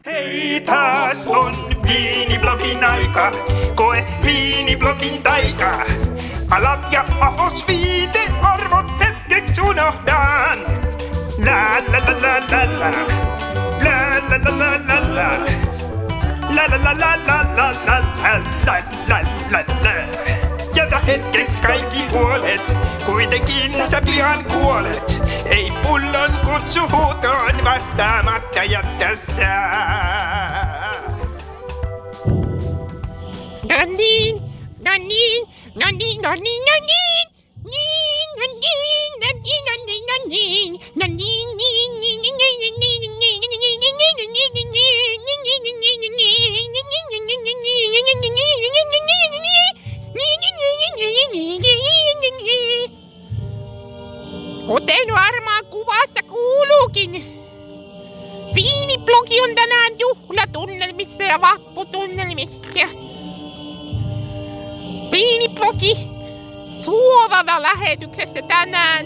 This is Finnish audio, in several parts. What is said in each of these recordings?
Hei, taas on viiniblogin aika. Koe viiniblogin taika. Alat ja afosviitearvot hetkeksi unohdan. La la la la la la. La la la la la la. La la la la la la la la la la la. Jätä hetkeksi kaikki huolet, kuitenkin sä pian kuolet. Ei pullon kutsu huutoon vastaamatta jättä sää. No niin. Kuten varmaan kuvasta kuuluukin, viiniblogi on tänään juhlatunnelmissa ja vapputunnelmissa. Viiniblogi suorana lähetyksessä tänään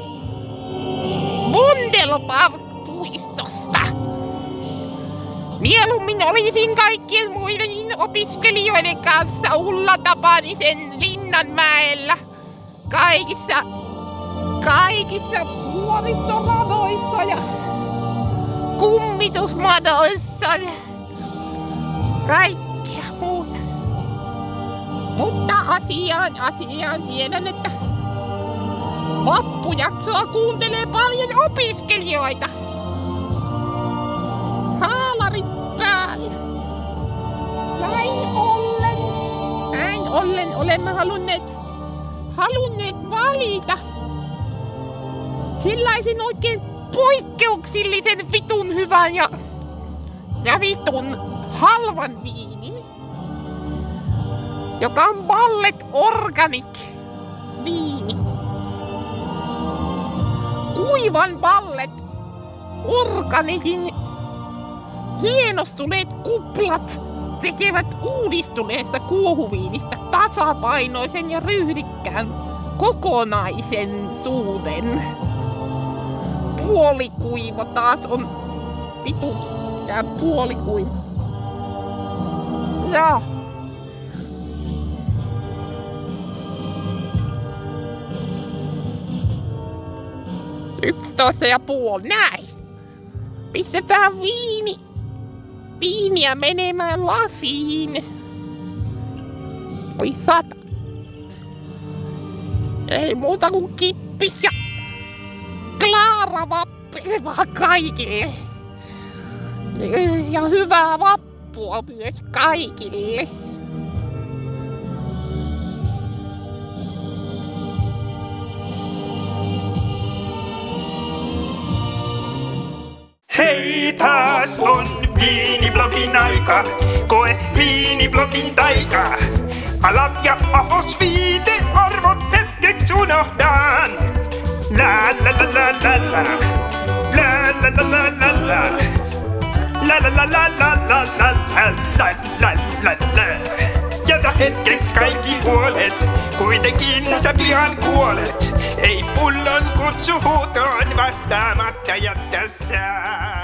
Mondelpark-puistosta. Mieluummin olisin kaikkien muiden opiskelijoiden kanssa Ulla Tapanisen Linnanmäellä kaikissa vuoristoradoissa ja kummitusmadoissa ja kaikkea muuta. Mutta asiaan tiedän, että vappujaksoa kuuntelee paljon opiskelijoita. Haalarit päällä. Näin ollen olemme halunneet valita sellaisen oikein poikkeuksellisen vitun hyvän ja vitun halvan viinin, joka on Ballet Organic viini. Kuivan Ballet Organicin hienostuneet kuplat tekevät uudistuneesta kuohuviinistä tasapainoisen ja ryhdikkään kokonaisen suuden. Puolikuiva taas on vitun tää puolikuiva. Joo. Yksitoista ja puoli, näin. Pistetään viiniä menemään lasiin. Oi sata. Ei muuta kuin kippis ja Klaara vappilevaa kaikille. Ja hyvää vappua myös kaikille. Hei, taas on viiniblogin aika. Koe viiniblogin taika. Alat ja afosviitearvot hetkeksi unohdan. La la la la la la. La la la la la la. La la la la la la la la la la la. Jätä hetkeksi kaikki huolet, kuitenkin sä pian kuolet. Ei pullon kutsu huutoon vastaamatta jättä sää.